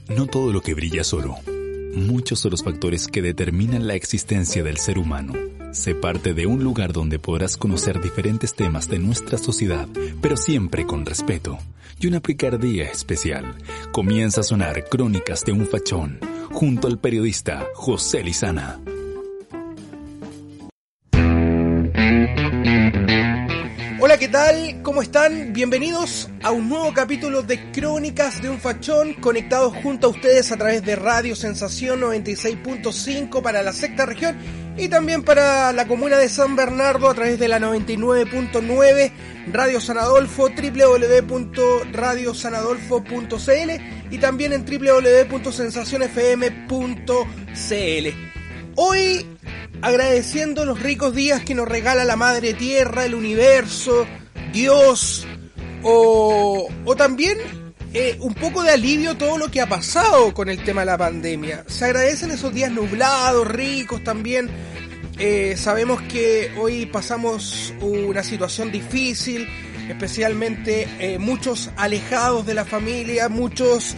No todo lo que brilla es oro. Muchos son los factores que determinan la existencia del ser humano. Sé parte de un lugar donde podrás conocer diferentes temas de nuestra sociedad, pero siempre con respeto y una picardía especial. Comienza a sonar Crónicas de un Fachón, junto al periodista José Lizana. Hola, ¿qué tal? ¿Cómo están? Bienvenidos a un nuevo capítulo de Crónicas de un Fachón, conectados junto a ustedes a través de Radio Sensación 96.5 para la sexta región y también para la comuna de San Bernardo a través de la 99.9, Radio San Adolfo, www.radiosanadolfo.cl y también en www.sensacionfm.cl. Hoy, agradeciendo los ricos días que nos regala la Madre Tierra, el universo, Dios, o también un poco de alivio todo lo que ha pasado con el tema de la pandemia. Se agradecen esos días nublados, ricos también. Sabemos que hoy pasamos una situación difícil, especialmente muchos alejados de la familia, muchos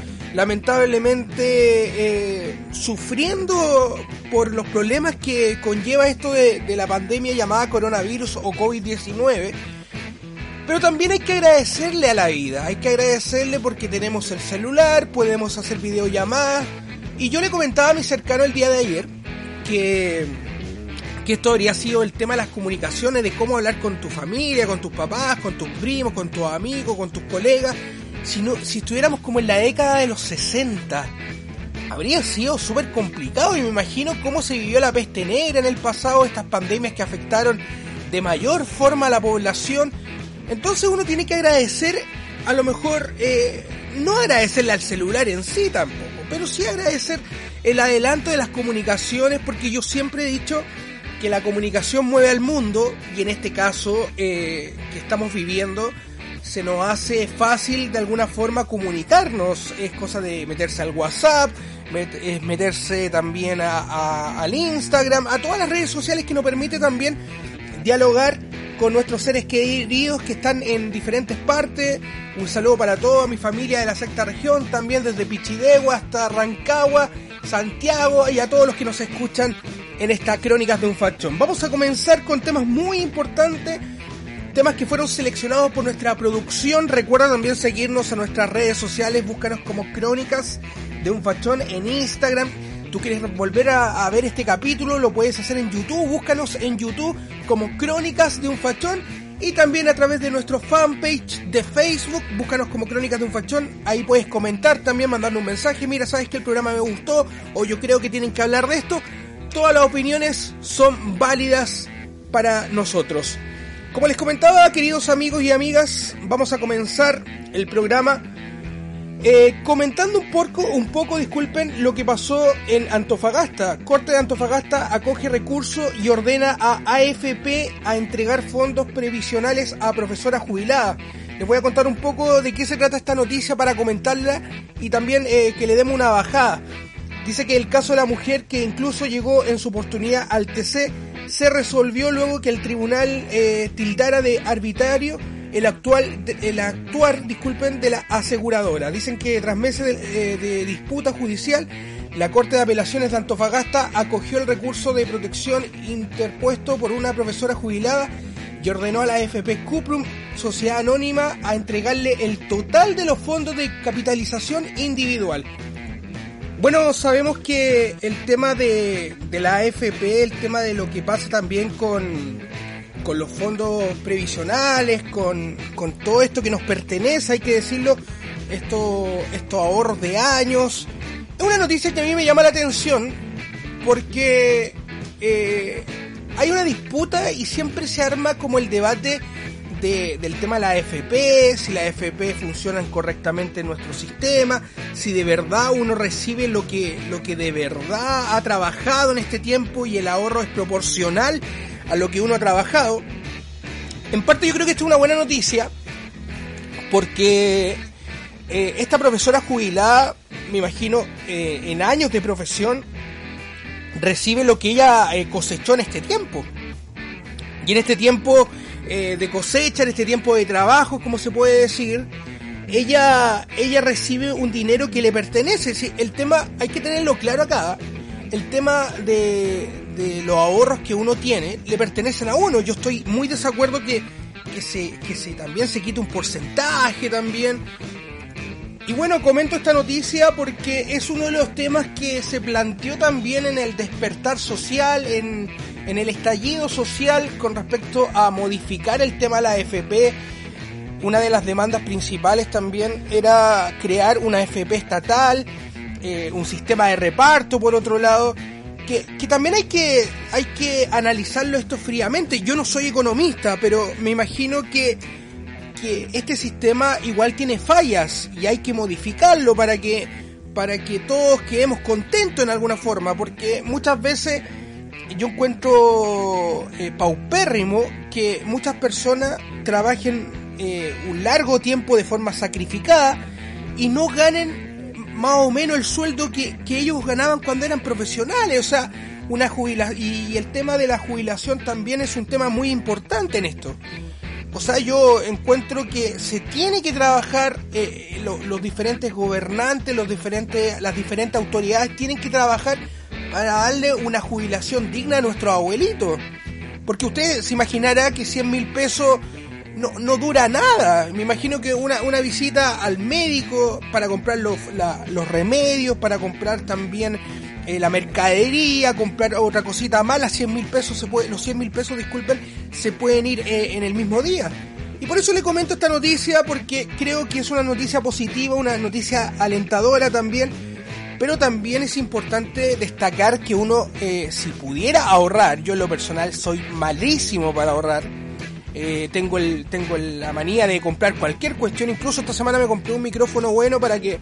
lamentablemente sufriendo por los problemas que conlleva esto de la pandemia llamada coronavirus o COVID-19. Pero también hay que agradecerle a la vida, hay que agradecerle porque tenemos el celular, podemos hacer videollamadas. Y yo le comentaba a mi cercano el día de ayer que esto habría sido el tema de las comunicaciones, de cómo hablar con tu familia, con tus papás, con tus primos, con tus amigos, con tus colegas. Si estuviéramos como en la década de los 60, habría sido súper complicado, y me imagino cómo se vivió la peste negra en el pasado, estas pandemias que afectaron de mayor forma a la población. Entonces uno tiene que agradecer, a lo mejor, no agradecerle al celular en sí tampoco, pero sí agradecer el adelanto de las comunicaciones, porque yo siempre he dicho que la comunicación mueve al mundo, y en este caso que estamos viviendo, se nos hace fácil de alguna forma comunicarnos. Es cosa de meterse al WhatsApp, es meterse también al Instagram, a todas las redes sociales que nos permite también dialogar con nuestros seres queridos que están en diferentes partes. Un saludo para toda mi familia de la sexta región, también desde Pichidegua hasta Rancagua, Santiago, y a todos los que nos escuchan en estas Crónicas de un Fachón. Vamos a comenzar con temas muy importantes, temas que fueron seleccionados por nuestra producción. Recuerda también seguirnos a nuestras redes sociales, búscanos como Crónicas de un Fachón en Instagram. Tú quieres volver a ver este capítulo, lo puedes hacer en YouTube, búscanos en YouTube como Crónicas de un Fachón, y también a través de nuestro fanpage de Facebook, búscanos como Crónicas de un Fachón. Ahí puedes comentar también, mandarnos un mensaje: mira, sabes que el programa me gustó, o yo creo que tienen que hablar de esto. Todas las opiniones son válidas para nosotros. Como les comentaba, queridos amigos y amigas, vamos a comenzar el programa comentando un poco, disculpen, lo que pasó en Antofagasta. Corte de Antofagasta acoge recurso y ordena a AFP a entregar fondos previsionales a profesoras jubiladas. Les voy a contar un poco de qué se trata esta noticia para comentarla y también que le demos una bajada. Dice que el caso de la mujer que incluso llegó en su oportunidad al TC se resolvió luego que el tribunal tildara de arbitrario el actuar de la aseguradora. Dicen que tras meses de disputa judicial, la Corte de Apelaciones de Antofagasta acogió el recurso de protección interpuesto por una profesora jubilada y ordenó a la AFP Cuprum, Sociedad Anónima, a entregarle el total de los fondos de capitalización individual. Bueno, sabemos que el tema de la AFP, el tema de lo que pasa también con los fondos previsionales, con todo esto que nos pertenece, hay que decirlo, estos ahorros de años, es una noticia que a mí me llama la atención porque hay una disputa y siempre se arma como el debate del tema de la AFP, si la AFP funcionan correctamente en nuestro sistema, si de verdad uno recibe lo que de verdad ha trabajado en este tiempo y el ahorro es proporcional a lo que uno ha trabajado. En parte yo creo que esto es una buena noticia porque esta profesora jubilada, me imagino, en años de profesión, recibe lo que ella cosechó en este tiempo. Y en este tiempo de cosecha, en este tiempo de trabajo, como se puede decir, ella recibe un dinero que le pertenece. ¿Sí? El tema, hay que tenerlo claro acá, el tema de los ahorros que uno tiene le pertenecen a uno. Yo estoy muy desacuerdo que también se quite un porcentaje también. Y bueno, comento esta noticia porque es uno de los temas que se planteó también en el despertar social, en el estallido social con respecto a modificar el tema de la AFP. Una de las demandas principales también era crear una AFP estatal, un sistema de reparto por otro lado, que también hay que analizarlo esto fríamente. Yo no soy economista, pero me imagino que este sistema igual tiene fallas y hay que modificarlo para que todos quedemos contentos en alguna forma, porque muchas veces yo encuentro paupérrimo que muchas personas trabajen un largo tiempo de forma sacrificada y no ganen más o menos el sueldo que ellos ganaban cuando eran profesionales. O sea, una jubilación, y el tema de la jubilación también es un tema muy importante en esto. O sea, yo encuentro que se tiene que trabajar, los diferentes gobernantes, las diferentes autoridades tienen que trabajar para darle una jubilación digna a nuestros abuelitos. Porque usted se imaginará que 100.000 pesos no dura nada. Me imagino que una visita al médico para comprar los remedios, para comprar también la mercadería, comprar otra cosita más, los 100.000 pesos, disculpen, se pueden ir en el mismo día. Y por eso le comento esta noticia, porque creo que es una noticia positiva, una noticia alentadora también, pero también es importante destacar que uno, si pudiera ahorrar, yo en lo personal soy malísimo para ahorrar, tengo la manía de comprar cualquier cuestión. Incluso esta semana me compré un micrófono bueno para que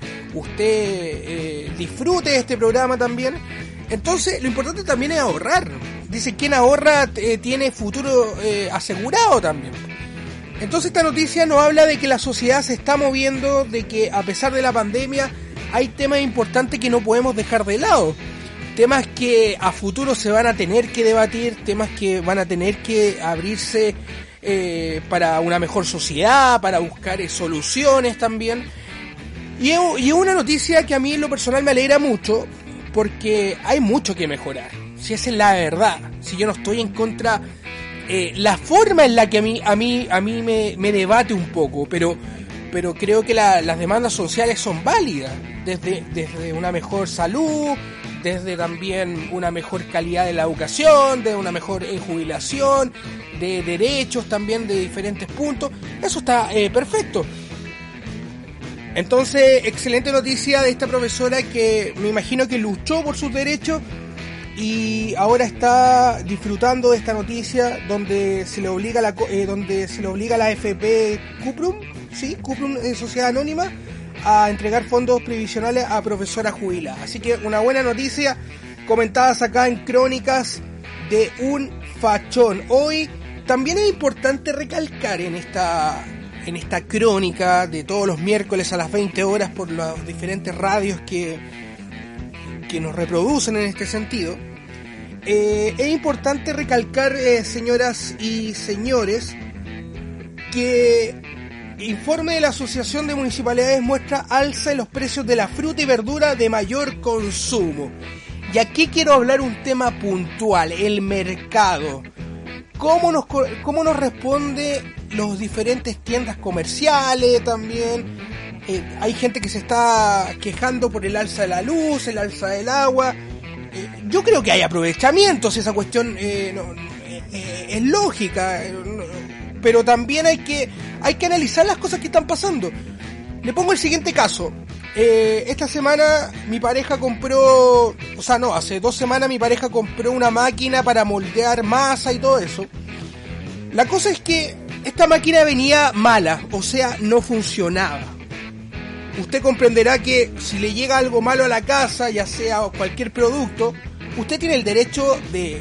usted disfrute de este programa también. Entonces lo importante también es ahorrar. Dice, quien ahorra tiene futuro asegurado también. Entonces esta noticia nos habla de que la sociedad se está moviendo, de que a pesar de la pandemia hay temas importantes que no podemos dejar de lado. Temas que a futuro se van a tener que debatir, temas que van a tener que abrirse para una mejor sociedad, para buscar soluciones también. Y es una noticia que a mí en lo personal me alegra mucho, porque hay mucho que mejorar. Si esa es la verdad, si yo no estoy en contra, la forma en la que a mí me debate un poco, pero creo que las demandas sociales son válidas, desde una mejor salud, desde también una mejor calidad de la educación, de una mejor jubilación, de derechos también de diferentes puntos. Eso está perfecto. Entonces, excelente noticia de esta profesora que me imagino que luchó por sus derechos y ahora está disfrutando de esta noticia donde se le obliga a la AFP Cuprum, ¿sí? Cuprum, Sociedad Anónima, a entregar fondos previsionales a profesoras jubiladas. Así que una buena noticia, comentadas acá en Crónicas de un Fachón. Hoy también es importante recalcar en esta crónica de todos los miércoles a las 20 horas por las diferentes radios que nos reproducen en este sentido. Es importante recalcar, señoras y señores, que informe de la Asociación de Municipalidades muestra alza en los precios de la fruta y verdura de mayor consumo. Y aquí quiero hablar un tema puntual, el mercado. ¿Cómo nos responde los diferentes tiendas comerciales también? Hay gente que se está quejando por el alza de la luz, el alza del agua. Yo creo que hay aprovechamientos, esa cuestión es lógica, pero también hay que analizar las cosas que están pasando. Le pongo el siguiente caso. Esta semana mi pareja hace 2 semanas mi pareja compró una máquina para moldear masa y todo eso. La cosa es que esta máquina venía mala, o sea, no funcionaba. Usted comprenderá que si le llega algo malo a la casa, ya sea cualquier producto, usted tiene el derecho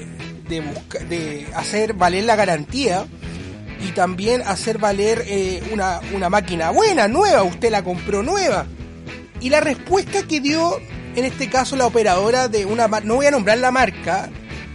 de hacer valer la garantía y también hacer valer una máquina buena, nueva. Usted la compró nueva. Y la respuesta que dio, en este caso, la operadora de no voy a nombrar la marca,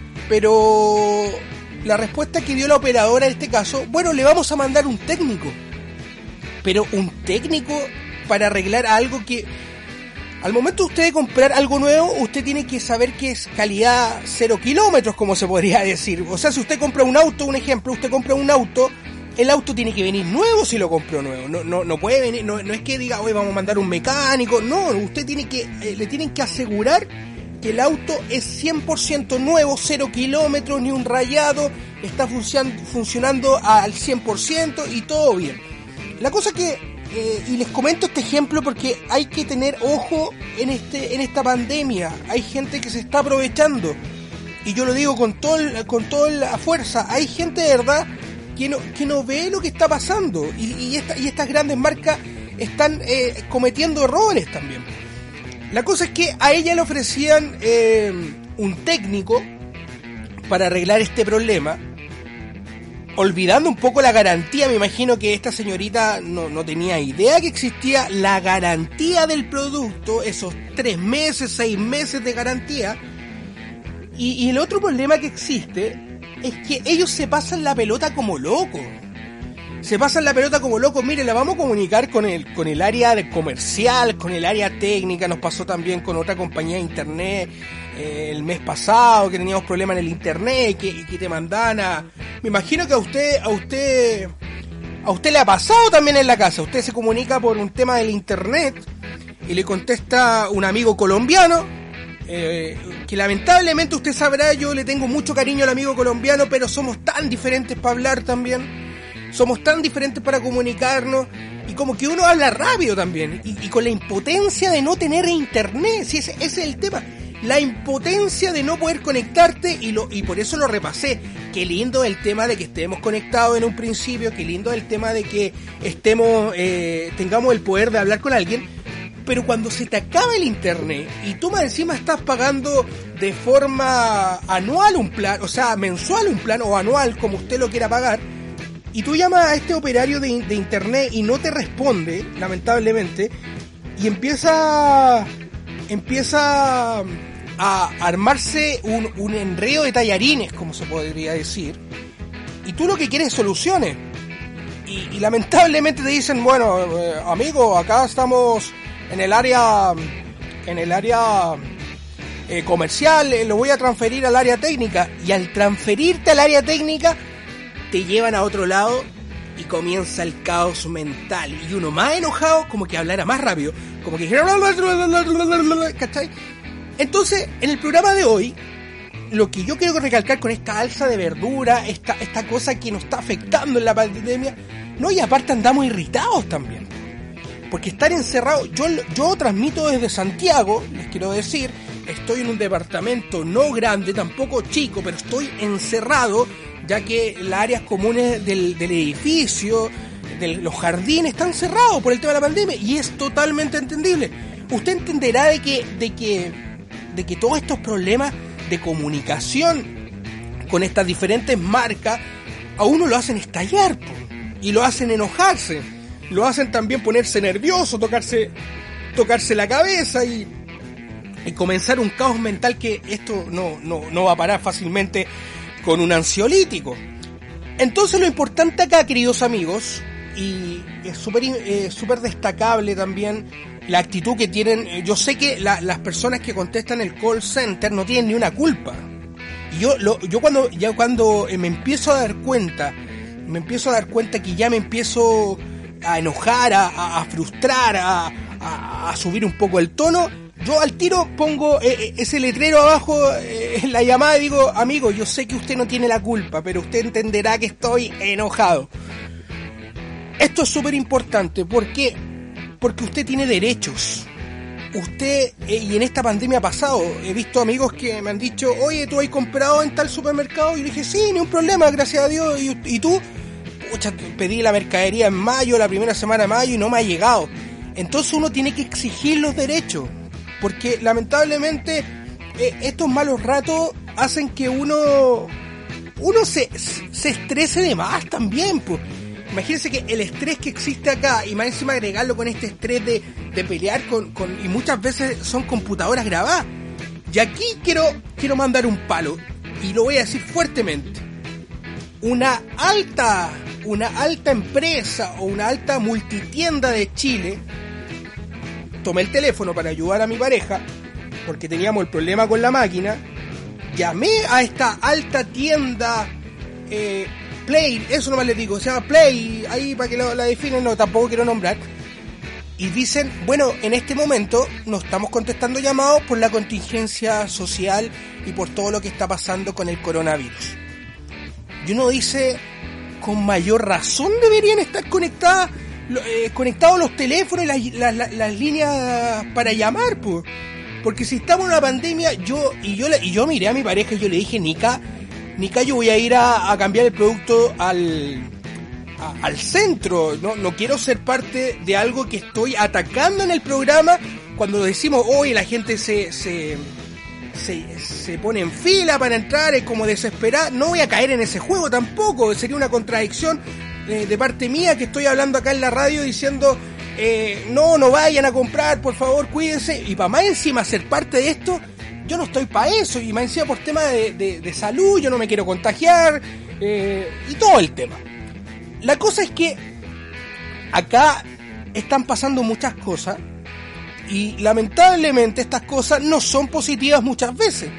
pero la respuesta que dio la operadora en este caso, bueno, le vamos a mandar un técnico. Pero un técnico para arreglar algo que... Al momento de usted comprar algo nuevo, usted tiene que saber que es calidad 0 kilómetros, como se podría decir. O sea, si usted compra un auto, un ejemplo, usted compra un auto, el auto tiene que venir nuevo si lo compró nuevo. No puede venir, no es que diga, hoy vamos a mandar un mecánico. No, usted tiene que, le tienen que asegurar que el auto es 100% nuevo, 0 kilómetros, ni un rayado, está funcionando al 100% y todo bien. La cosa que... y les comento este ejemplo porque hay que tener ojo en esta pandemia. Hay gente que se está aprovechando, y yo lo digo con toda la fuerza. Hay gente de verdad que no ve lo que está pasando, y estas grandes marcas están cometiendo errores también. La cosa es que a ella le ofrecían un técnico para arreglar este problema, olvidando un poco la garantía. Me imagino que esta señorita no tenía idea que existía la garantía del producto, esos 3 meses, 6 meses de garantía. Y el otro problema que existe es que ellos se pasan la pelota como locos. Mire, la vamos a comunicar con el área de comercial, con el área técnica. Nos pasó también con otra compañía de internet el mes pasado, que teníamos problemas en el internet, que te mandan a... Me imagino que a usted le ha pasado también en la casa. Usted se comunica por un tema del internet y le contesta un amigo colombiano, que lamentablemente usted sabrá, yo le tengo mucho cariño al amigo colombiano, pero somos tan diferentes para hablar también. Somos tan diferentes para comunicarnos, y como que uno habla rápido también, y con la impotencia de no tener internet. Sí, ese es el tema, la impotencia de no poder conectarte, y por eso lo repasé. Qué lindo el tema de que estemos conectados en un principio, qué lindo el tema de que tengamos el poder de hablar con alguien, pero cuando se te acaba el internet y tú más encima estás pagando de forma anual un plan, o sea, mensual un plan, o anual, como usted lo quiera pagar, y tú llamas a este operario de internet y no te responde, lamentablemente, y empieza a armarse un enredo de tallarines, como se podría decir, y tú lo que quieres es soluciones, y lamentablemente te dicen, bueno, amigo, acá estamos en el área comercial, lo voy a transferir al área técnica, y al transferirte al área técnica te llevan a otro lado y comienza el caos mental, y uno más enojado, como que hablara más rápido, como que... ¿cachai? Entonces, en el programa de hoy, lo que yo quiero recalcar con esta alza de verdura, esta cosa que nos está afectando en la pandemia, no, y aparte andamos irritados también, porque estar encerrado, yo transmito desde Santiago, les quiero decir, estoy en un departamento no grande, tampoco chico, pero estoy encerrado, ya que las áreas comunes del edificio, de los jardines, están cerrados por el tema de la pandemia, y es totalmente entendible. Usted entenderá de que todos estos problemas de comunicación con estas diferentes marcas a uno lo hacen estallar, y lo hacen enojarse, lo hacen también ponerse nervioso, tocarse la cabeza y comenzar un caos mental, que esto no va a parar fácilmente con un ansiolítico. Entonces, lo importante acá, queridos amigos, y es súper destacable también la actitud que tienen. Yo sé que las personas que contestan el call center no tienen ni una culpa, y yo cuando me empiezo a dar cuenta que ya me empiezo a enojar, a frustrar, a subir un poco el tono, yo al tiro pongo ese letrero abajo en la llamada y digo, amigo, yo sé que usted no tiene la culpa, pero usted entenderá que estoy enojado. Esto es súper importante. ¿Por qué? Porque usted tiene derechos. Usted, y en esta pandemia ha pasado, he visto amigos que me han dicho, oye, ¿tú has comprado en tal supermercado? Y le dije, sí, ni un problema, gracias a Dios. ¿Y tú? Pucha, pedí la mercadería en mayo, la primera semana de mayo, y no me ha llegado. Entonces uno tiene que exigir los derechos, porque lamentablemente estos malos ratos hacen que uno se estrese de más también, pues. Imagínense que el estrés que existe acá, y más encima agregarlo con este estrés de pelear y muchas veces son computadoras grabadas. Y aquí quiero mandar un palo, y lo voy a decir fuertemente. Una alta empresa o una alta multitienda de Chile tomé el teléfono para ayudar a mi pareja, porque teníamos el problema con la máquina, llamé a esta alta tienda Play, eso nomás les digo, se llama Play, ahí para que la definen, no, tampoco quiero nombrar. Y dicen, bueno, en este momento no estamos contestando llamados por la contingencia social y por todo lo que está pasando con el coronavirus. Y uno dice, con mayor razón deberían estar conectados los teléfonos y las líneas para llamar, pues. Porque si estamos en una pandemia, yo miré a mi pareja y yo le dije, Nica, yo voy a ir a cambiar el producto al centro, no quiero ser parte de algo que estoy atacando en el programa cuando decimos, oye, la gente se pone en fila para entrar, es como desesperada. No voy a caer en ese juego tampoco, sería una contradicción de parte mía que estoy hablando acá en la radio diciendo, no vayan a comprar, por favor, cuídense, y para más encima ser parte de esto, yo no estoy para eso, y más encima por tema de salud, yo no me quiero contagiar, y todo el tema. La cosa es que acá están pasando muchas cosas y lamentablemente estas cosas no son positivas muchas veces.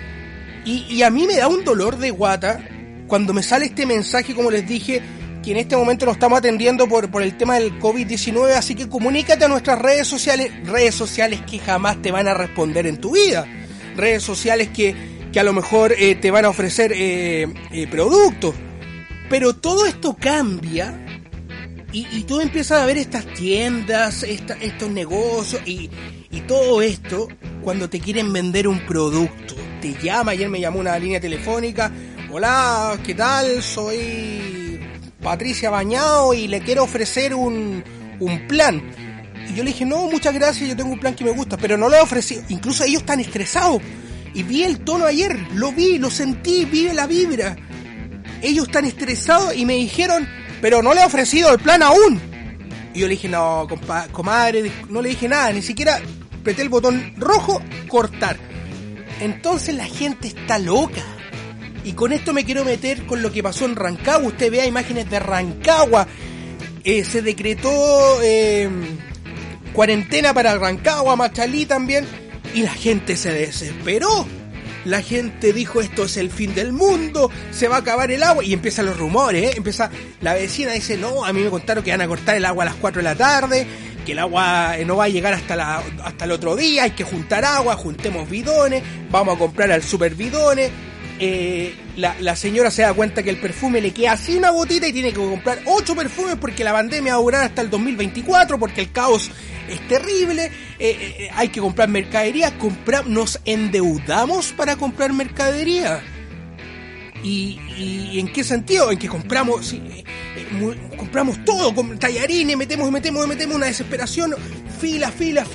Y a mí me da un dolor de guata cuando me sale este mensaje, como les dije, que en este momento nos estamos atendiendo por el tema del COVID-19, así que comunícate a nuestras redes sociales que jamás te van a responder en tu vida, redes sociales que a lo mejor te van a ofrecer productos. Pero todo esto cambia y tú empiezas a ver estas tiendas, estos negocios y todo esto cuando te quieren vender un producto. Te llama, ayer me llamó una línea telefónica, hola, ¿qué tal? Soy Patricia Bañado y le quiero ofrecer un plan. Y yo le dije, no, muchas gracias, yo tengo un plan que me gusta, pero no lo he ofrecido. Incluso ellos están estresados. Y vi el tono ayer, lo vi, lo sentí, vi la vibra. Ellos están estresados y me dijeron, pero no le he ofrecido el plan aún. Y yo le dije, no, comadre, no le dije nada, ni siquiera apreté el botón rojo, cortar. Entonces la gente está loca. Y con esto me quiero meter con lo que pasó en Rancagua. Usted vea imágenes de Rancagua. Se decretó cuarentena para Rancagua, Machalí también. Y la gente se desesperó. La gente dijo, esto es el fin del mundo, se va a acabar el agua. Y empiezan los rumores, Empieza la vecina, dice, no, a mí me contaron que van a cortar el agua a las 4 de la tarde, que el agua no va a llegar hasta el otro día, hay que juntar agua, juntemos bidones, vamos a comprar al super bidones. La señora se da cuenta que el perfume le queda así una botita y tiene que comprar 8 perfumes porque la pandemia va a durar hasta el 2024, porque el caos es terrible. Hay que comprar mercadería, nos endeudamos para comprar mercadería. ¿Y en qué sentido? En que compramos todo, con tallarines, metemos una desesperación, fila.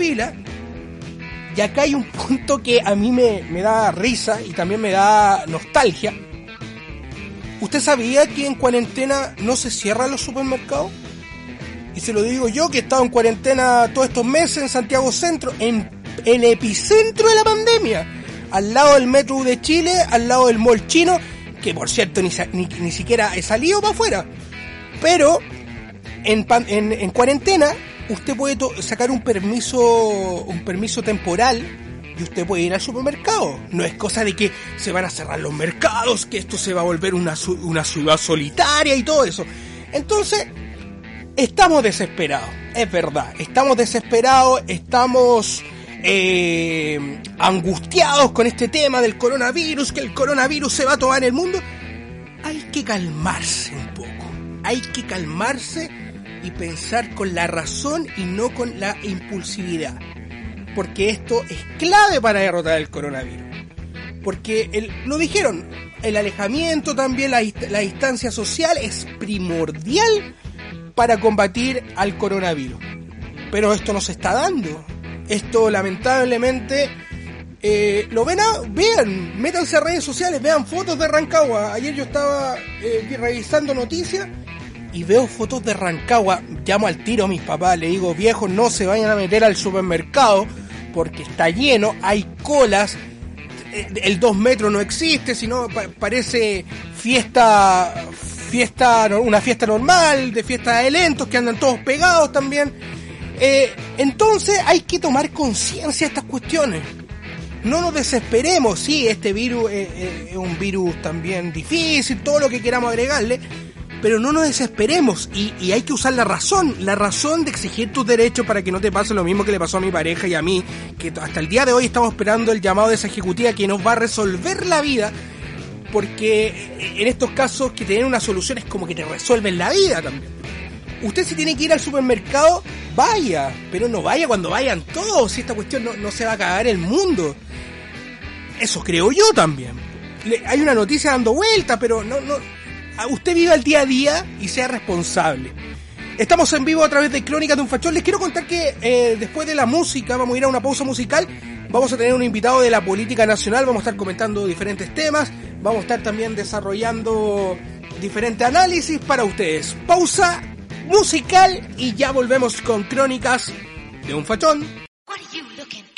Y acá hay un punto que a mí me da risa y también me da nostalgia. ¿Usted sabía que en cuarentena no se cierran los supermercados? Y se lo digo yo, que he estado en cuarentena todos estos meses en Santiago Centro, en el epicentro de la pandemia, al lado del Metro de Chile, al lado del Mall Chino, que por cierto ni siquiera he salido para afuera. Pero en cuarentena usted puede sacar un permiso temporal y usted puede ir al supermercado. No es cosa de que se van a cerrar los mercados, que esto se va a volver una ciudad solitaria y todo eso. Entonces, estamos desesperados, es verdad. Estamos desesperados, estamos angustiados con este tema del coronavirus, que el coronavirus se va a tomar el mundo. Hay que calmarse un poco. Hay que calmarse y pensar con la razón y no con la impulsividad, porque esto es clave para derrotar el coronavirus, porque lo dijeron, el alejamiento también, la distancia social es primordial para combatir al coronavirus, pero esto no se está dando. Esto lamentablemente vean, métanse a redes sociales, vean fotos de Rancagua. Ayer yo estaba revisando noticias y veo fotos de Rancagua, llamo al tiro a mis papás, le digo, viejos, no se vayan a meter al supermercado porque está lleno, hay colas, el 2 metros no existe, sino parece una fiesta normal, de fiesta de elentos que andan todos pegados también. Entonces hay que tomar conciencia de estas cuestiones. No nos desesperemos. Sí, este virus es un virus también difícil, todo lo que queramos agregarle, pero no nos desesperemos y hay que usar la razón de exigir tus derechos para que no te pase lo mismo que le pasó a mi pareja y a mí, que hasta el día de hoy estamos esperando el llamado de esa ejecutiva que nos va a resolver la vida, porque en estos casos que tener una solución es como que te resuelven la vida también. Usted si tiene que ir al supermercado, vaya, pero no vaya cuando vayan todos, si esta cuestión no se va a cagar el mundo. Eso creo yo también. Hay una noticia dando vuelta, pero no. Usted viva el día a día y sea responsable. Estamos en vivo a través de Crónicas de un Fachón. Les quiero contar que después de la música, vamos a ir a una pausa musical. Vamos a tener un invitado de la política nacional, vamos a estar comentando diferentes temas, vamos a estar también desarrollando diferentes análisis para ustedes. Pausa musical y ya volvemos con Crónicas de un Fachón. What are you looking at?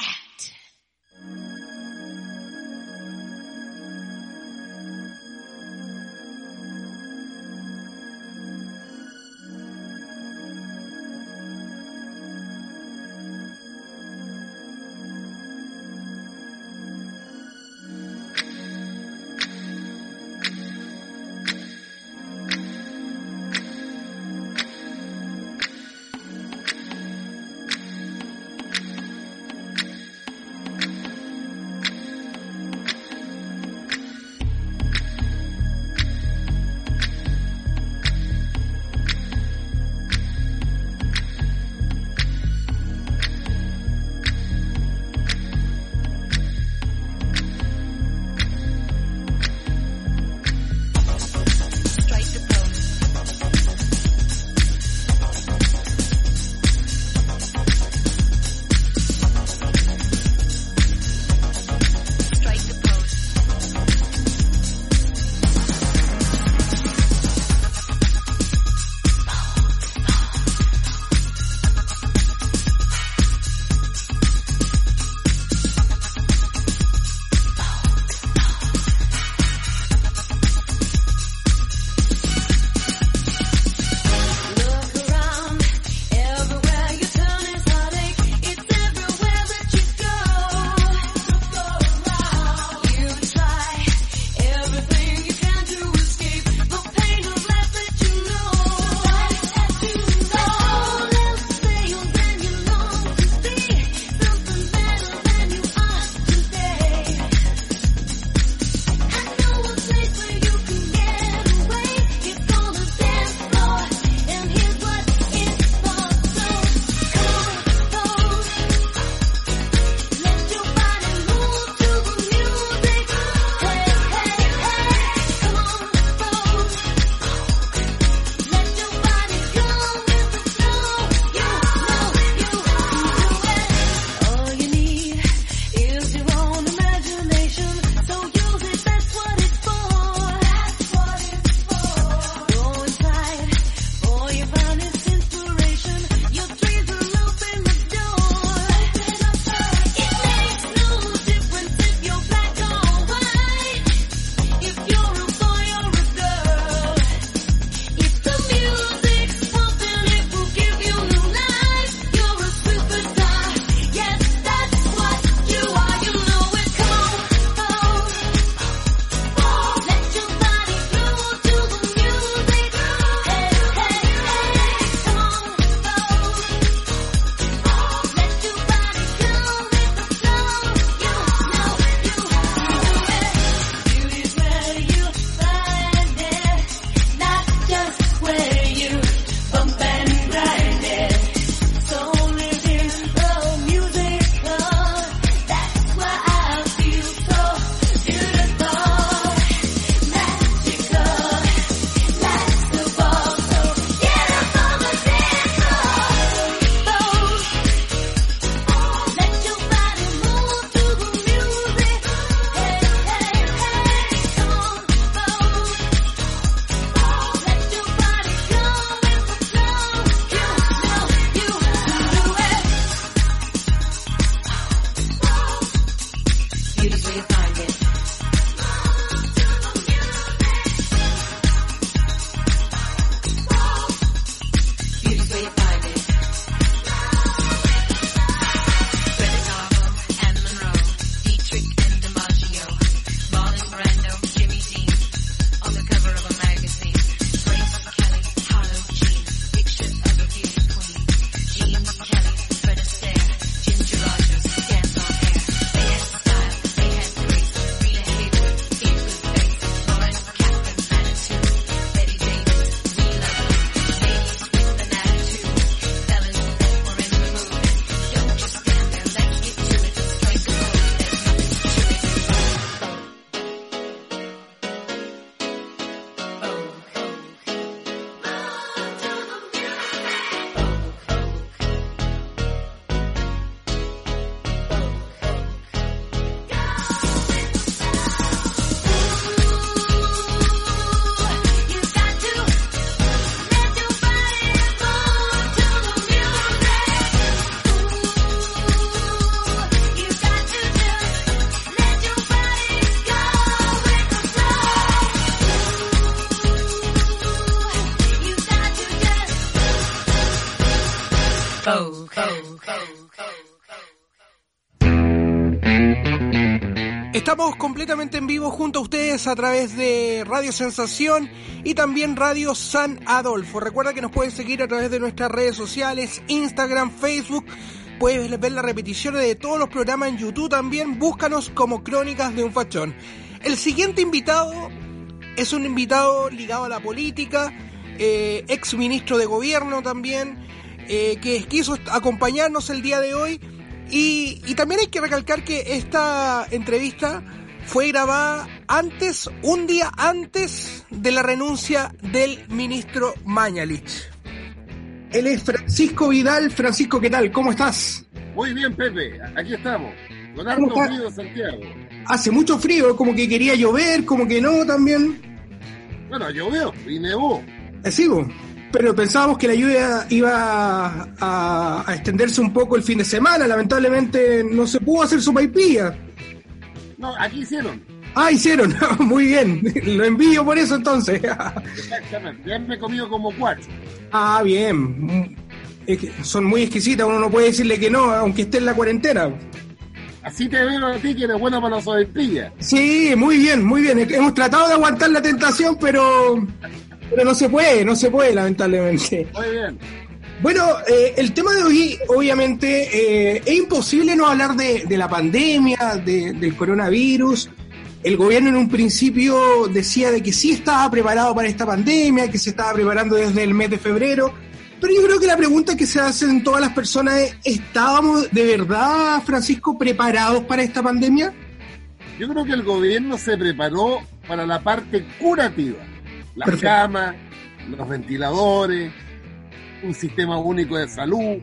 Estamos completamente en vivo junto a ustedes a través de Radio Sensación y también Radio San Adolfo. Recuerda que nos puedes seguir a través de nuestras redes sociales, Instagram, Facebook. Puedes ver las repeticiones de todos los programas en YouTube también. Búscanos como Crónicas de un Fachón. El siguiente invitado es un invitado ligado a la política, ex ministro de gobierno también, que quiso acompañarnos el día de hoy. Y también hay que recalcar que esta entrevista fue grabada un día antes de la renuncia del ministro Mañalich. Él es Francisco Vidal. Francisco, ¿qué tal? ¿Cómo estás? Muy bien, Pepe. Aquí estamos. Con harto frío, Santiago. Hace mucho frío, como que quería llover, como que no también. Bueno, llovió y nevó. Sí, pero pensábamos que la lluvia iba a extenderse un poco el fin de semana. Lamentablemente no se pudo hacer sopaipilla. No, aquí hicieron. Hicieron. Muy bien. Lo envidio por eso entonces. Exactamente. Ya me he comido como 4. Bien. Es que son muy exquisitas. Uno no puede decirle que no, aunque esté en la cuarentena. Así te veo a ti, que eres bueno para las sopaipillas. Sí, muy bien, muy bien. Hemos tratado de aguantar la tentación, pero no se puede, lamentablemente. Muy bien. Bueno, el tema de hoy, obviamente, es imposible no hablar de la pandemia, del coronavirus. El gobierno en un principio decía de que sí estaba preparado para esta pandemia, que se estaba preparando desde el mes de febrero. Pero yo creo que la pregunta que se hacen todas las personas es, ¿estábamos de verdad, Francisco, preparados para esta pandemia? Yo creo que el gobierno se preparó para la parte curativa. Las Perfecto. camas, los ventiladores, un sistema único de salud.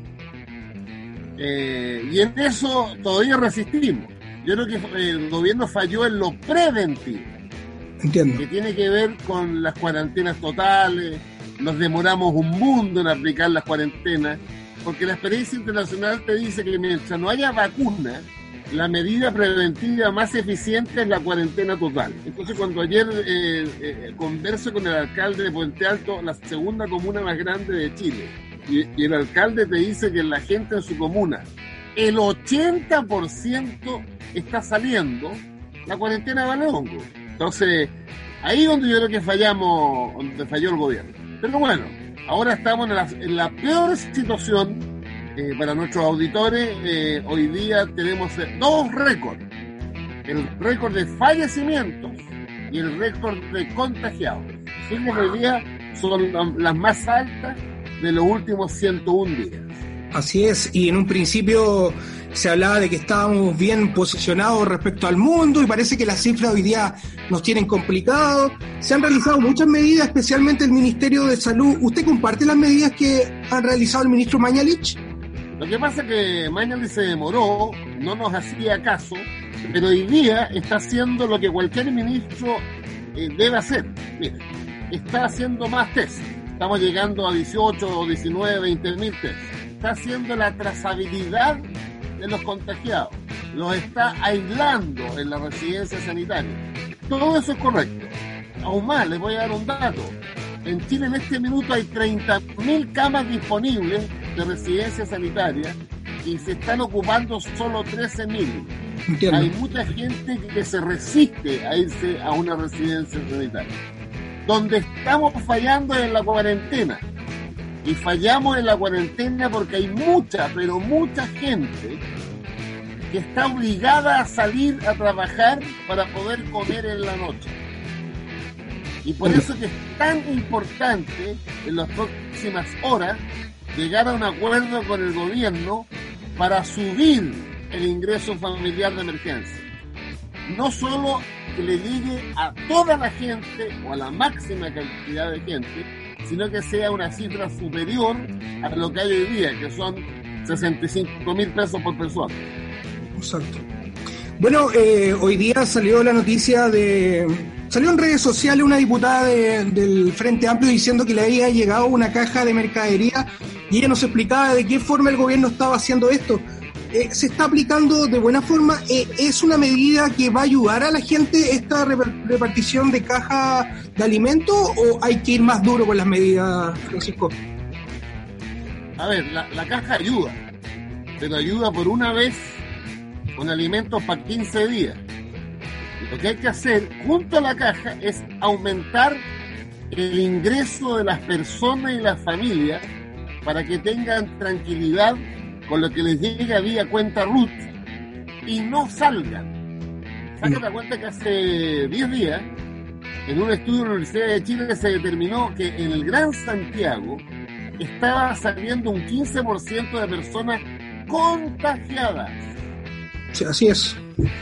Y en eso todavía resistimos. Yo creo que el gobierno falló en lo preventivo. Entiendo. Que tiene que ver con las cuarentenas totales. Nos demoramos un mundo en aplicar las cuarentenas, porque la experiencia internacional te dice que mientras no haya vacuna, la medida preventiva más eficiente es la cuarentena total. Entonces, cuando ayer converso con el alcalde de Puente Alto, la segunda comuna más grande de Chile, y el alcalde te dice que la gente en su comuna, el 80% está saliendo, la cuarentena vale hongo. Entonces, ahí donde yo creo que fallamos, donde falló el gobierno. Pero bueno, ahora estamos en la peor situación para nuestros auditores. Hoy día tenemos 2 récords. El récord de fallecimientos y el récord de contagiados. Las hoy día son las más altas de los últimos 101 días. Así es, y en un principio se hablaba de que estábamos bien posicionados respecto al mundo y parece que las cifras hoy día nos tienen complicados. Se han realizado muchas medidas, especialmente el Ministerio de Salud. ¿Usted comparte las medidas que ha realizado el ministro Mañalich? Lo que pasa es que Mañalich se demoró, no nos hacía caso, pero hoy día está haciendo lo que cualquier ministro debe hacer. Mire, está haciendo más test. Estamos llegando a 18, 19, 20 mil test. Está haciendo la trazabilidad de los contagiados. Los está aislando en la residencia sanitaria. Todo eso es correcto. Aún más, les voy a dar un dato. En Chile en este minuto hay 30.000 camas disponibles de residencia sanitaria y se están ocupando solo 13.000. Entiendo. Hay mucha gente que se resiste a irse a una residencia sanitaria. Donde estamos fallando es en la cuarentena. Y fallamos en la cuarentena porque hay mucha, pero mucha gente que está obligada a salir a trabajar para poder comer en la noche. Y por eso que es tan importante en las próximas horas llegar a un acuerdo con el gobierno para subir el ingreso familiar de emergencia. No solo que le llegue a toda la gente o a la máxima cantidad de gente, sino que sea una cifra superior a lo que hay hoy día, que son 65.000 pesos por persona. Exacto. Bueno, hoy día salió la noticia salió en redes sociales una diputada del Frente Amplio diciendo que le había llegado una caja de mercadería y ella nos explicaba de qué forma el gobierno estaba haciendo esto. ¿Se está aplicando de buena forma? ¿Es una medida que va a ayudar a la gente esta repartición de caja de alimentos o hay que ir más duro con las medidas, Francisco? A ver, la caja ayuda, pero ayuda por una vez con alimentos para 15 días. Y lo que hay que hacer junto a la caja es aumentar el ingreso de las personas y las familias para que tengan tranquilidad con lo que les llega vía cuenta RUT y no salgan. Saca la cuenta que hace 10 días, en un estudio de la Universidad de Chile, se determinó que en el Gran Santiago estaba saliendo un 15% de personas contagiadas. Sí, así es.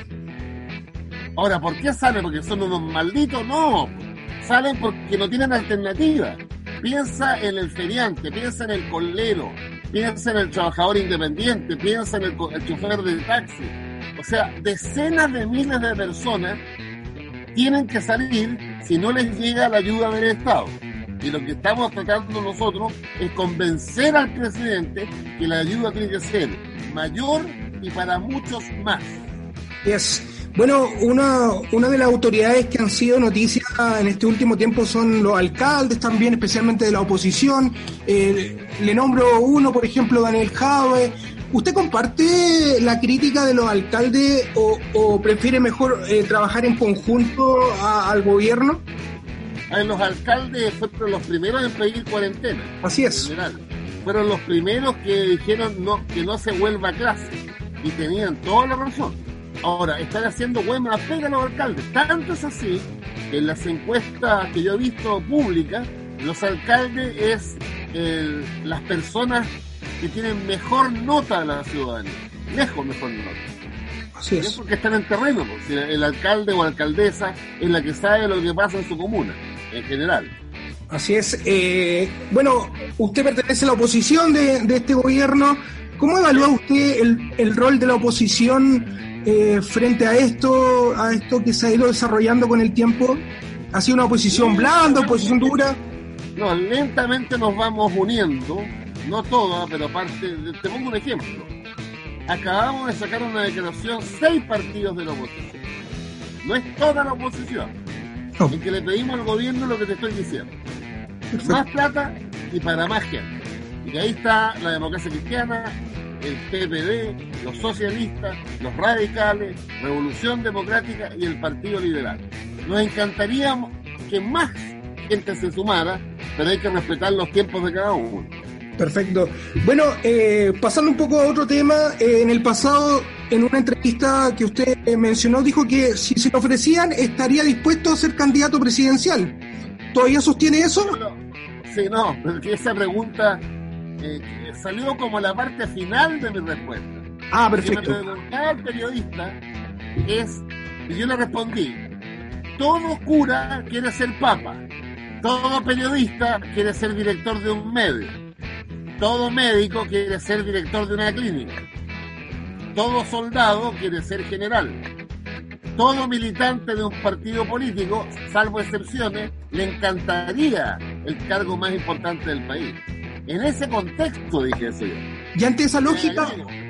Ahora, ¿por qué salen? ¿Porque son unos malditos? No, salen porque no tienen alternativa. Piensa en el feriante, piensa en el colero, piensa en el trabajador independiente, piensa en el chofer de taxi. O sea, decenas de miles de personas tienen que salir si no les llega la ayuda del Estado. Y lo que estamos tratando nosotros es convencer al presidente que la ayuda tiene que ser mayor y para muchos más. Yes. Bueno, una de las autoridades que han sido noticia en este último tiempo son los alcaldes también, especialmente de la oposición. Le nombro uno, por ejemplo, Daniel Jadwe. ¿Usted comparte la crítica de los alcaldes o prefiere mejor trabajar en conjunto al gobierno? Los alcaldes fueron los primeros en pedir cuarentena. Así es. General. Fueron los primeros que dijeron que no se vuelva a clase. Y tenían toda la razón. Ahora, están haciendo buena pega los alcaldes. Tanto es así que en las encuestas que yo he visto públicas, los alcaldes es las personas que tienen mejor nota de la ciudadanía. Lejos mejor nota. Así es. Es porque están en terreno. Si el alcalde o alcaldesa es la que sabe lo que pasa en su comuna, en general. Así es. Bueno, usted pertenece a la oposición de este gobierno. ¿Cómo evalúa usted el rol de la oposición frente a esto que se ha ido desarrollando con el tiempo? ¿Ha sido una oposición blanda, oposición dura? No, lentamente nos vamos uniendo, no toda, pero parte. Te pongo un ejemplo. Acabamos de sacar una declaración 6 partidos de la oposición. No es toda la oposición. No. En que le pedimos al gobierno lo que te estoy diciendo. Perfecto. Más plata y para más gente. Y ahí está la Democracia Cristiana, el PPD, los socialistas, los radicales, Revolución Democrática y el Partido Liberal. Nos encantaría que más gente se sumara, pero hay que respetar los tiempos de cada uno. Perfecto. Bueno, pasando un poco a otro tema, en el pasado, en una entrevista que usted mencionó, dijo que si se le ofrecían estaría dispuesto a ser candidato presidencial. ¿Todavía sostiene eso? Sí, no, porque esa pregunta salió como la parte final de mi respuesta. Ah, perfecto. Lo que me preguntaba el periodista y yo le respondí, todo cura quiere ser papa, todo periodista quiere ser director de un medio, todo médico quiere ser director de una clínica, todo soldado quiere ser general, todo militante de un partido político, salvo excepciones, le encantaría el cargo más importante del país. En ese contexto dije eso yo. Y ante esa lógica,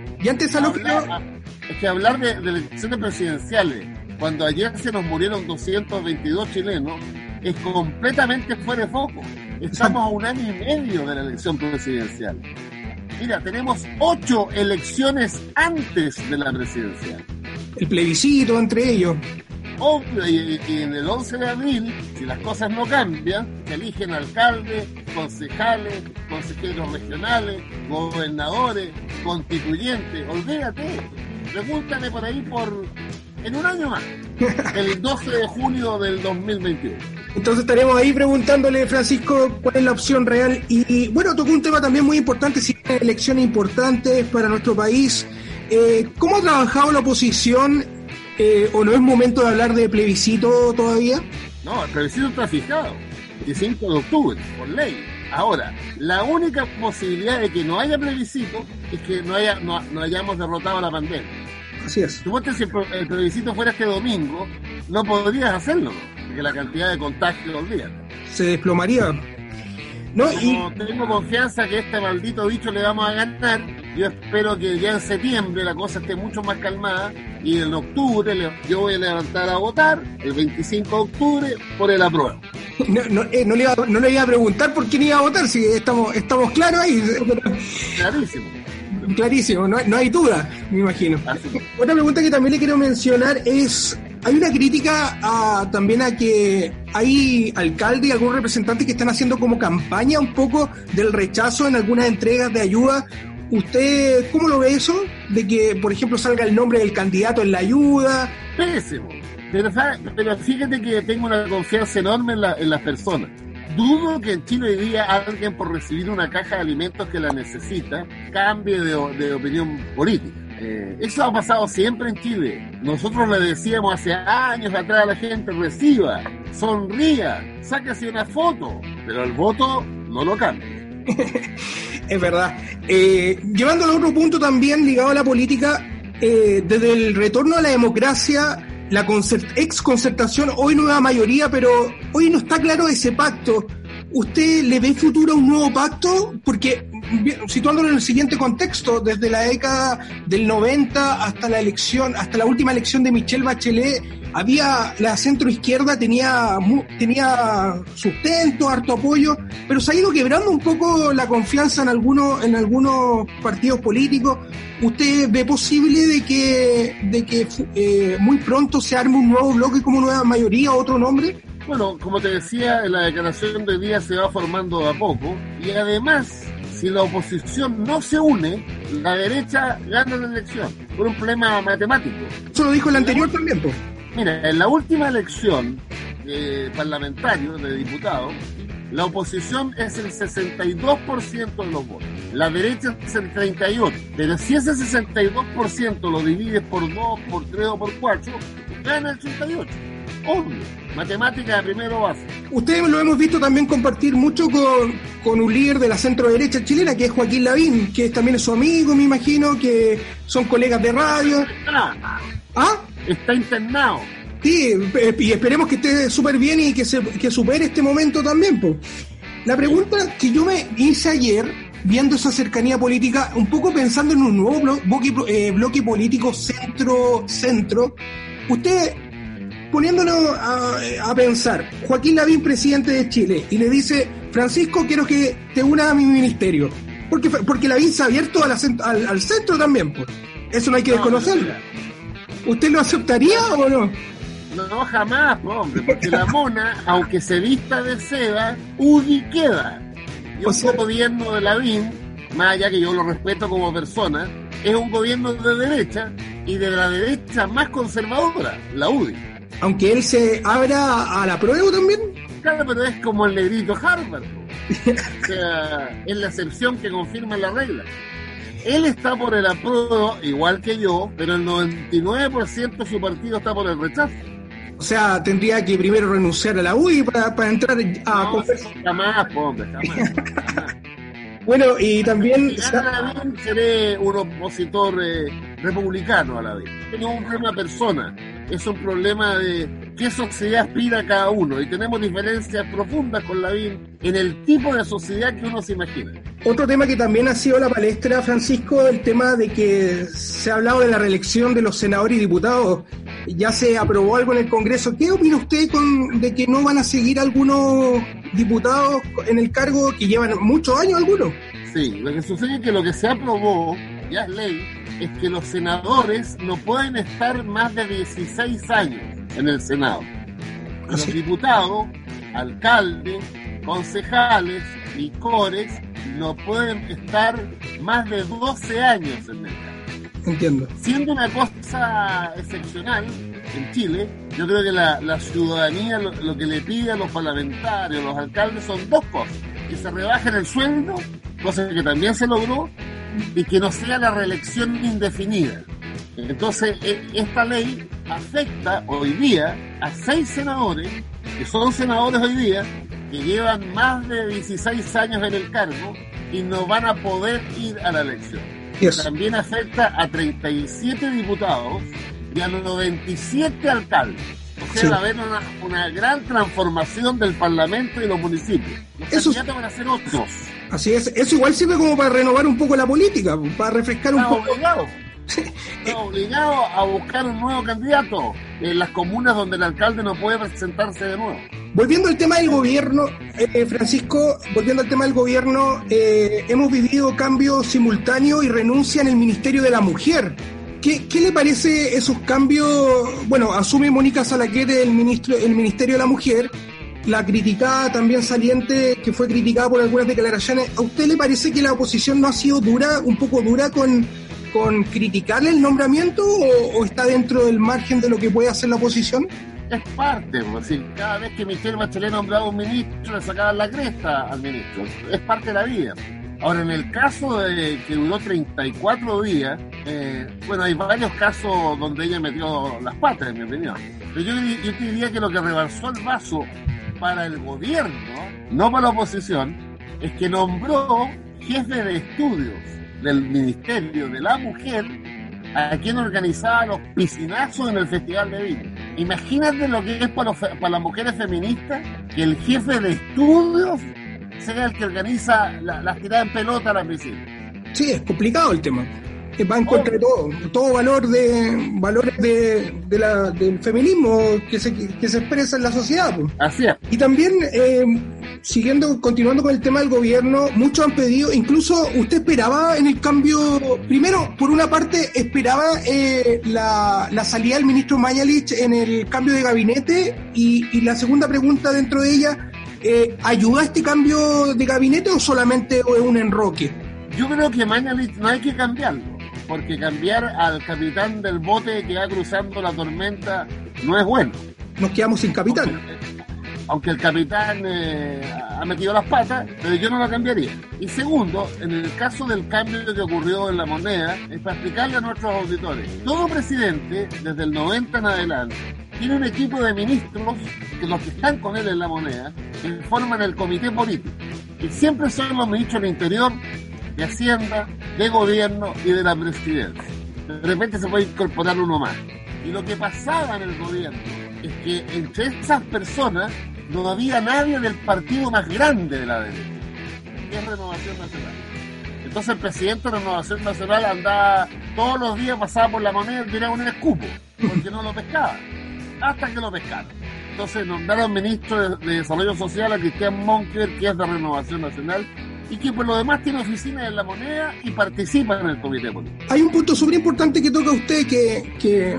es que hablar de elecciones presidenciales, cuando ayer se nos murieron 222 chilenos, es completamente fuera de foco. Estamos a 1 año y medio de la elección presidencial. Mira, tenemos 8 elecciones antes de la presidencial. El plebiscito entre ellos. Obvio, y en el 11 de abril, si las cosas no cambian, se eligen alcaldes, concejales, consejeros regionales, gobernadores, constituyentes. Olvídate, pregúntame por ahí en 1 año más, el 12 de junio del 2021. Entonces estaremos ahí preguntándole, Francisco, cuál es la opción real. Y bueno, tocó un tema también muy importante, si hay elecciones importantes para nuestro país. ¿Cómo ha trabajado la oposición? ¿O no es momento de hablar de plebiscito todavía? No, el plebiscito está fijado, el 5 de octubre, por ley. Ahora, la única posibilidad de que no haya plebiscito es que no hayamos derrotado la pandemia. Así es. Suponte si el plebiscito fuera este domingo, no podrías hacerlo, porque la cantidad de contagios, olvídate. Se desplomaría. No, como tengo confianza que este maldito bicho le vamos a ganar, yo espero que ya en septiembre la cosa esté mucho más calmada y en octubre yo voy a levantar a votar el 25 de octubre por el apruebo. No le iba a preguntar por quién iba a votar, si estamos claros ahí. Clarísimo, no hay duda, me imagino. Otra pregunta que también le quiero mencionar es, hay una crítica también a que hay alcaldes y algunos representantes que están haciendo como campaña un poco del rechazo en algunas entregas de ayuda. ¿Usted cómo lo ve eso? De que, por ejemplo, salga el nombre del candidato en la ayuda. Pésimo. Pero fíjate que tengo una confianza enorme en las personas. Dudo que en Chile hoy día alguien, por recibir una caja de alimentos que la necesita, cambie de opinión política. Eso ha pasado siempre en Chile. Nosotros le decíamos hace años atrás a la gente: reciba, sonría, sáquese una foto, pero el voto no lo cambia. Es verdad. Llevándolo a otro punto también ligado a la política, desde el retorno a la democracia, la ex-concertación, hoy nueva mayoría, pero hoy no está claro ese pacto. ¿Usted le ve futuro a un nuevo pacto? Porque, situándolo en el siguiente contexto, desde la década del 90 hasta la última elección de Michelle Bachelet, la centroizquierda tenía sustento, harto apoyo, pero se ha ido quebrando un poco la confianza en algunos partidos políticos. ¿Usted ve posible de que muy pronto se arme un nuevo bloque como nueva mayoría, otro nombre? Bueno, como te decía, la declaración de hoy día se va formando de a poco, y además, si la oposición no se une, la derecha gana la elección, por un problema matemático. Eso lo dijo el anterior también, pues. Mira, en la última elección parlamentaria de diputados, la oposición es el 62% de los votos, la derecha es el 38%, pero si ese 62% lo divides por 2, por 3 o por 4, gana el 88%. Obvio, matemática de primero base. Ustedes lo hemos visto también compartir mucho con un líder de la centro derecha chilena, que es Joaquín Lavín, que también es su amigo, me imagino, que son colegas de radio. Está internado. Sí, y esperemos que esté súper bien y que supere este momento también, pues. La pregunta que yo me hice ayer, viendo esa cercanía política, un poco pensando en un nuevo bloque político centro, usted, poniéndonos a pensar, Joaquín Lavín, presidente de Chile, y le dice: Francisco, quiero que te unas a mi ministerio, porque Lavín se ha abierto al centro también, pues. Eso no hay que desconocerlo. ¿Usted lo aceptaría o no? No, jamás, hombre, porque la mona, aunque se vista de seda, UDI queda. Y un gobierno de Lavín, más allá que yo lo respeto como persona, es un gobierno de derecha, y de la derecha más conservadora, la UDI. Aunque él se abra a la prueba también. Claro, pero es como el negrito Harvard. O sea, es la excepción que confirma la regla. Él está por el apruebo, igual que yo, pero el 99% de su partido está por el rechazo. O sea, tendría que primero renunciar a la UDI para entrar a... No, jamás, hombre, jamás. Bueno, y también... Si gana Lavín, seré un opositor republicano a la vez. No es un problema de persona, es un problema de qué sociedad aspira cada uno. Y tenemos diferencias profundas con Lavín en el tipo de sociedad que uno se imagina. Otro tema que también ha sido la palestra, Francisco, el tema de que se ha hablado de la reelección de los senadores y diputados. Ya se aprobó algo en el Congreso. ¿Qué opina usted de que no van a seguir algunos diputados en el cargo que llevan muchos años algunos? Sí, lo que sucede es que lo que se aprobó, ya es ley, es que los senadores no pueden estar más de 16 años en el Senado. Los diputados, alcaldes, concejales y cores no pueden estar más de 12 años en el cargo. Entiendo. Siendo una cosa excepcional en Chile, yo creo que la ciudadanía lo que le pide a los parlamentarios, a los alcaldes, son dos cosas: que se rebajen el sueldo, cosa que también se logró, y que no sea la reelección indefinida. Entonces, esta ley afecta hoy día a 6 senadores, que son senadores hoy día, que llevan más de 16 años en el cargo y no van a poder ir a la elección. Yes. También afecta a 37 diputados y a 97 alcaldes. O sea, va a haber una gran transformación del Parlamento y los municipios. Los candidatos van a ser otros. Así es. Eso igual sirve como para renovar un poco la política, para refrescar un poco. Está obligado a buscar un nuevo candidato en las comunas donde el alcalde no puede presentarse de nuevo. Volviendo al tema del gobierno, Francisco, hemos vivido cambios simultáneos y renuncia en el Ministerio de la Mujer. ¿Qué le parece esos cambios? Bueno, asume Mónica Salaquet el Ministerio de la Mujer, la criticada también saliente, que fue criticada por algunas declaraciones. ¿A usted le parece que la oposición no ha sido un poco dura con criticarle el nombramiento o está dentro del margen de lo que puede hacer la oposición? Es parte, pues, sí, cada vez que Michelle Bachelet nombraba un ministro le sacaban la cresta al ministro, es parte de la vida. Ahora, en el caso de que duró 34 días, hay varios casos donde ella metió las patas, en mi opinión. Pero yo te diría que lo que rebalsó el vaso para el gobierno, no para la oposición, es que nombró jefe de estudios del Ministerio de la Mujer a quien organizaba los piscinazos en el Festival de Viña. Imagínate lo que es para las mujeres feministas que el jefe de estudios sea el que organiza las tiradas en pelota a la piscina. Sí, es complicado el tema. Va en contra de todo valores del feminismo que se expresa en la sociedad. Pues. Así es. Y también, continuando con el tema del gobierno, muchos han pedido, incluso usted esperaba en el cambio, primero, por una parte, esperaba la salida del ministro Mañalich en el cambio de gabinete, y la segunda pregunta dentro de ella, ¿ayuda este cambio de gabinete o solamente es un enroque? Yo creo que Mañalich no hay que cambiarlo, porque cambiar al capitán del bote que va cruzando la tormenta no es bueno. Nos quedamos sin capitán. Aunque el capitán ha metido las patas, pero yo no la cambiaría. Y segundo, en el caso del cambio que ocurrió en la moneda, es para explicarle a nuestros auditores. Todo presidente, desde el 90 en adelante, tiene un equipo de ministros, que los que están con él en la moneda, que forman el comité político. Y siempre son los ministros del Interior, de Hacienda, de Gobierno y de la Presidencia. De repente se puede incorporar uno más. Y lo que pasaba en el gobierno es que entre esas personas no había nadie del partido más grande de la derecha, que es Renovación Nacional. Entonces el presidente de Renovación Nacional andaba todos los días, pasaba por la moneda y tiraba un escupo, porque no lo pescaba, hasta que lo pescaron. Entonces nombraron ministro de Desarrollo Social a Cristian Monker, que es de Renovación Nacional, y que por lo demás tiene oficinas en la moneda y participa en el comité político. Hay un punto súper importante que toca usted, que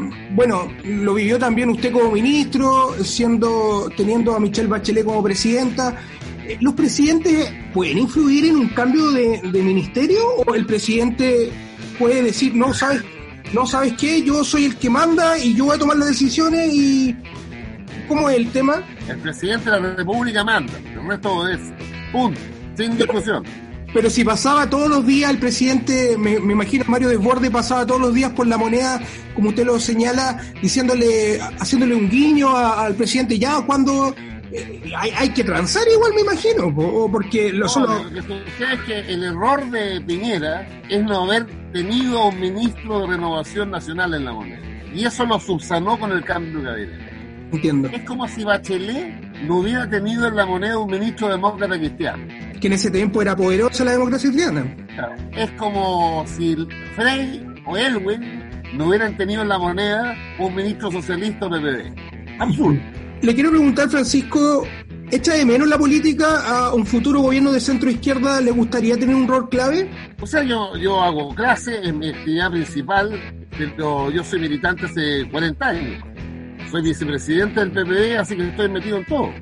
lo vivió también usted como ministro, teniendo a Michelle Bachelet como presidenta. ¿Los presidentes pueden influir en un cambio de ministerio o el presidente puede decir, no sabes qué, yo soy el que manda y yo voy a tomar las decisiones? Y ¿cómo es el tema? El presidente de la República manda, el resto obedece. Punto. Sin discusión. Pero si pasaba todos los días el presidente, me imagino Mario Desbordes pasaba todos los días por la moneda, como usted lo señala, haciéndole un guiño al presidente, ya cuando hay que transar igual, me imagino, porque lo que sucede es que el error de Piñera es no haber tenido un ministro de Renovación Nacional en la moneda, y eso lo subsanó con el cambio de gabinete. Entiendo. Es como si Bachelet no hubiera tenido en la moneda un ministro demócrata cristiano. Que en ese tiempo era poderosa la democracia cristiana. Claro. Es como si Frey o Elwin no hubieran tenido en la moneda un ministro socialista o PPD. Absurdo. Le quiero preguntar, Francisco, ¿echa de menos la política a un futuro gobierno de centro-izquierda? ¿Le gustaría tener un rol clave? O sea, yo hago clase, es mi actividad principal, pero yo soy militante hace 40 años. Soy vicepresidente del PPD, así que estoy metido en todo.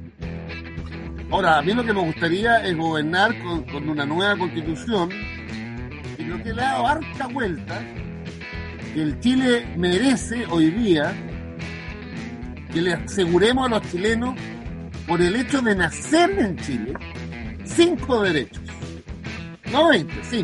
Ahora, a mí lo que me gustaría es gobernar con una nueva constitución, y lo que le ha dado harta vuelta, que el Chile merece hoy día que le aseguremos a los chilenos, por el hecho de nacer en Chile, 5 derechos. No 20, 5.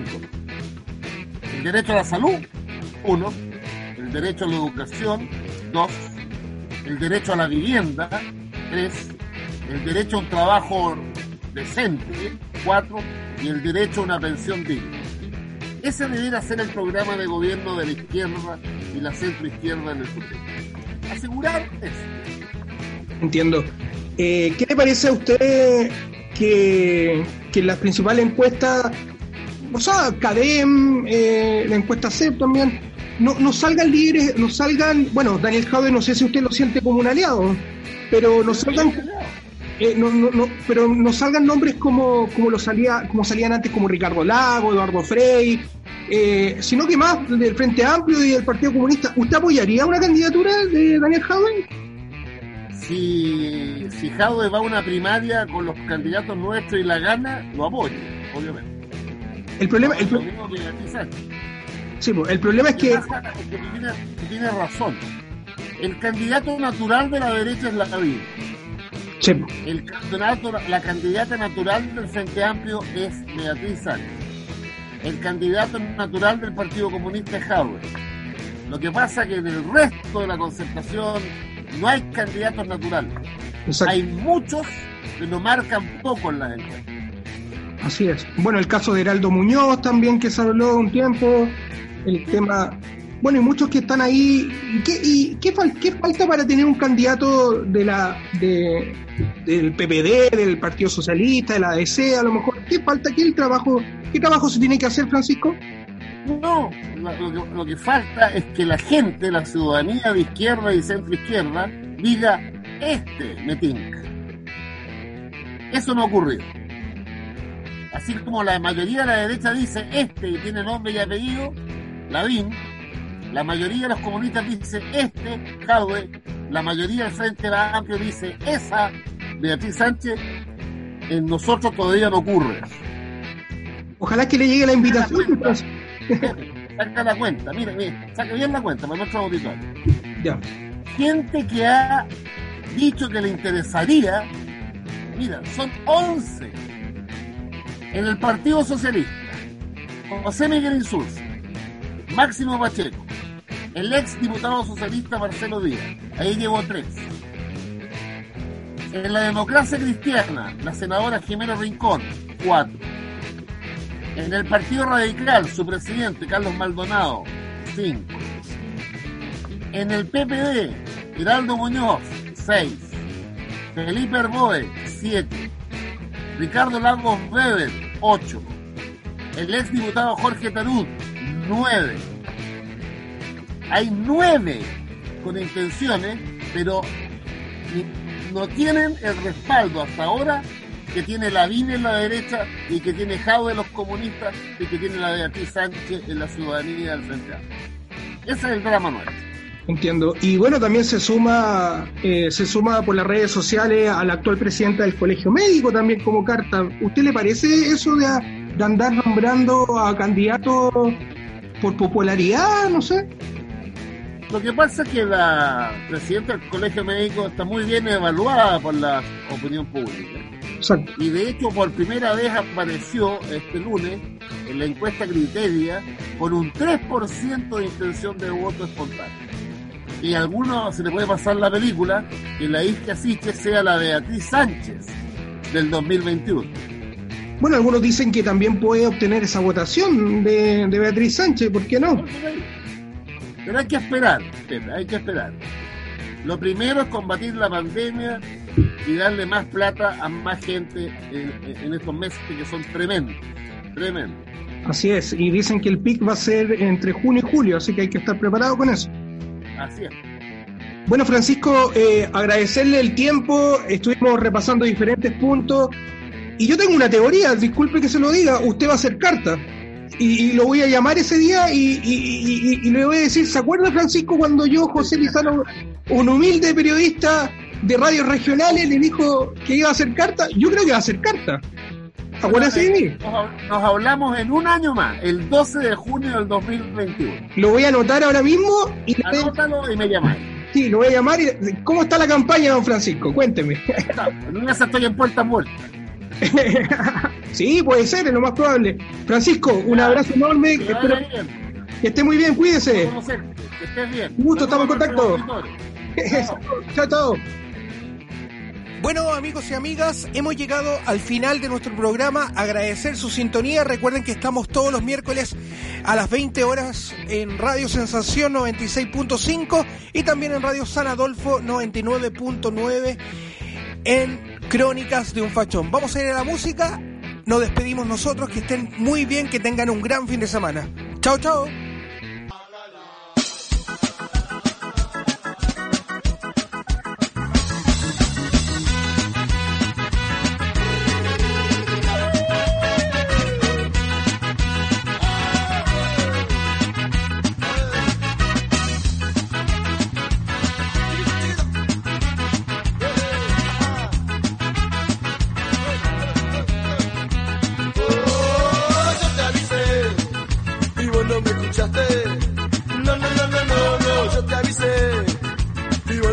El derecho a la salud, 1. El derecho a la educación, 2. El derecho a la vivienda, 3. El derecho a un trabajo decente, 4. Y el derecho a una pensión digna. Ese debería ser el programa de gobierno de la izquierda y la centroizquierda en el futuro. Asegurar eso. Entiendo. ¿Qué le parece a usted que las principales encuestas, o sea, CADEM, la encuesta CEP también, no salgan líderes, bueno, Daniel Jadwe no sé si usted lo siente como un aliado, pero no salgan... pero no salgan nombres como salían antes, como Ricardo Lago, Eduardo Frei, sino que más del Frente Amplio y del Partido Comunista. ¿Usted apoyaría una candidatura de Daniel Jadwe? Si Jadwe va a una primaria con los candidatos nuestros y la gana, lo apoyo, obviamente. El problema es que tiene razón. El candidato natural de la derecha es Lavín. Sí. La candidata natural del Frente Amplio es Beatriz Sánchez. El candidato natural del Partido Comunista es Jadwe. Lo que pasa es que en el resto de la concertación no hay candidatos naturales. Exacto. Hay muchos que nos marcan poco en la encuesta. Así es. Bueno, el caso de Heraldo Muñoz también, que se habló un tiempo, el tema... Bueno, y muchos que están ahí. ¿Qué falta para tener un candidato del PPD, del Partido Socialista, de la ADC, a lo mejor? ¿Qué falta? ¿Qué trabajo se tiene que hacer, Francisco? No, lo que falta es que la gente, la ciudadanía de izquierda y centro-izquierda, diga, me tinca. Eso no ha ocurrido. Así como la mayoría de la derecha dice, y tiene nombre y apellido, Lavín. La mayoría de los comunistas dice Jadwe, la mayoría del Frente Amplio dice esa, Beatriz Sánchez. En nosotros todavía no ocurre. Ojalá que le llegue la invitación. Saca la cuenta, mira, saca bien la cuenta para nuestro auditorio. Ya. Gente que ha dicho que le interesaría, mira, son 11 en el Partido Socialista. José Miguel Insulza, Máximo Pacheco, el ex diputado socialista Marcelo Díaz, ahí llevó 3. En la Democracia Cristiana, la senadora Jimena Rincón, 4. En el Partido Radical, su presidente Carlos Maldonado, 5. En el PPD, Heraldo Muñoz, 6. Felipe Arboe, 7. Ricardo Lagos Weber, 8. El ex diputado Jorge Tarut, 9. Hay 9 con intenciones, pero no tienen el respaldo hasta ahora que tiene Lavín en la derecha y que tiene Jadwe de los comunistas y que tiene la Beatriz Sánchez en la ciudadanía del Frente Amplio. Ese es el drama nuestro. Entiendo. Y bueno, también se suma por las redes sociales a la actual presidenta del Colegio Médico también como carta. ¿Usted le parece eso de andar nombrando a candidatos por popularidad? No sé. Lo que pasa es que la presidenta del Colegio Médico está muy bien evaluada por la opinión pública. Exacto. Y de hecho por primera vez apareció este lunes en la encuesta Criteria con un 3% de intención de voto espontáneo. Y a algunos se le puede pasar la película que la Isquia Siches sea la Beatriz Sánchez del 2021. Bueno, algunos dicen que también puede obtener esa votación de Beatriz Sánchez, ¿por qué no? Pero hay que esperar, hay que esperar. Lo primero es combatir la pandemia y darle más plata a más gente en estos meses que son tremendos. Así es, y dicen que el pic va a ser entre junio y julio, así que hay que estar preparado con eso. Así es. Bueno, Francisco, agradecerle el tiempo, estuvimos repasando diferentes puntos, y yo tengo una teoría, disculpe que se lo diga, usted va a hacer carta. Y lo voy a llamar ese día y le voy a decir, ¿se acuerda, Francisco, cuando yo, José Lizano, un humilde periodista de radios regionales, le dijo que iba a hacer carta? Yo creo que va a hacer carta. Acuérdate de mí. Nos hablamos en un año más, el 12 de junio del 2021. Lo voy a anotar ahora mismo. Anótalo y me llamáis. Sí, lo voy a llamar. ¿Cómo está la campaña, don Francisco? Cuénteme. En una estoy en puertas muertas. Sí, puede ser, es lo más probable. Francisco, un abrazo enorme. Espero que esté muy bien, cuídese. Que estés bien. Un gusto, estamos en contacto. Chao. Bueno, amigos y amigas, hemos llegado al final de nuestro programa. Agradecer su sintonía. Recuerden que estamos todos los miércoles a las 20 horas en Radio Sensación 96.5 y también en Radio San Adolfo 99.9 en Crónicas de un Fachón. Vamos a ir a la música. Nos despedimos nosotros. Que estén muy bien, que tengan un gran fin de semana. Chao.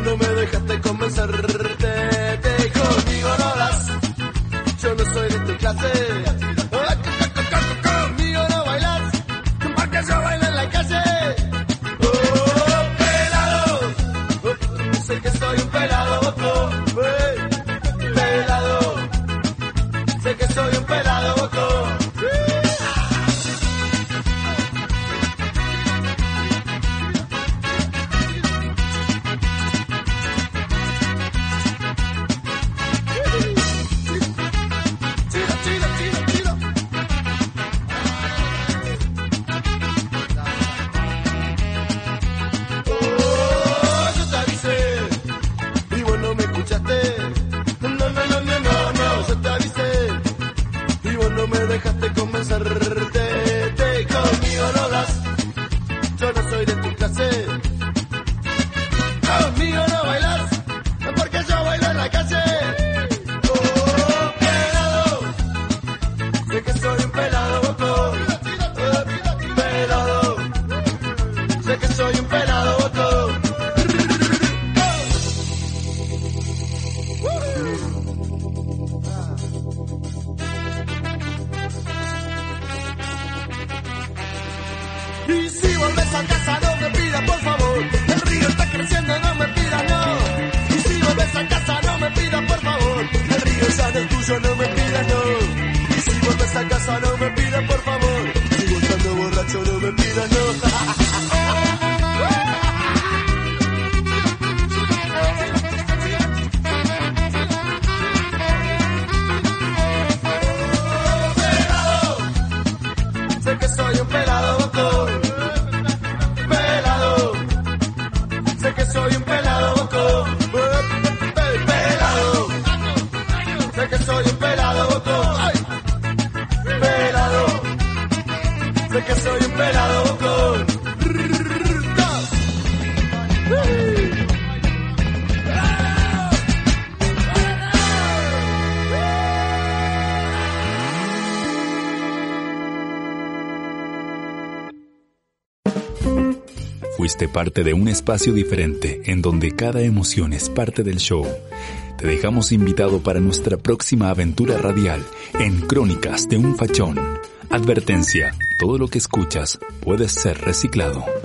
no me dejaste convencerte. Conmigo no hablas, yo no soy de tu clase. Conmigo no bailas, porque yo bailo en la calle. Pelado, sé que soy un pelado. Pelado, sé que soy un pelado. Conmigo no hablas, yo no soy de tu clase. Conmigo no bailas, porque yo bailo en la calle. Pelado, sé que soy un pelado. Pelado, sé que soy un pelado. Y si volves a casa no me pidas por favor, el río está creciendo, no me pidas no. Y si volves a casa no me pidas por favor, el río ya no es tuyo, no me pidas no. Y si volves a casa no me pidas por favor, sigo estando borracho, no me pidas no. Sé que soy un pelado. Pelado, sé que soy un pelado. Pelado, sé que soy un pelado. Pelado, sé que soy un pelado. Fuiste parte de un espacio diferente en donde cada emoción es parte del show. Te dejamos invitado para nuestra próxima aventura radial en Crónicas de un Fachón. Advertencia, todo lo que escuchas puede ser reciclado.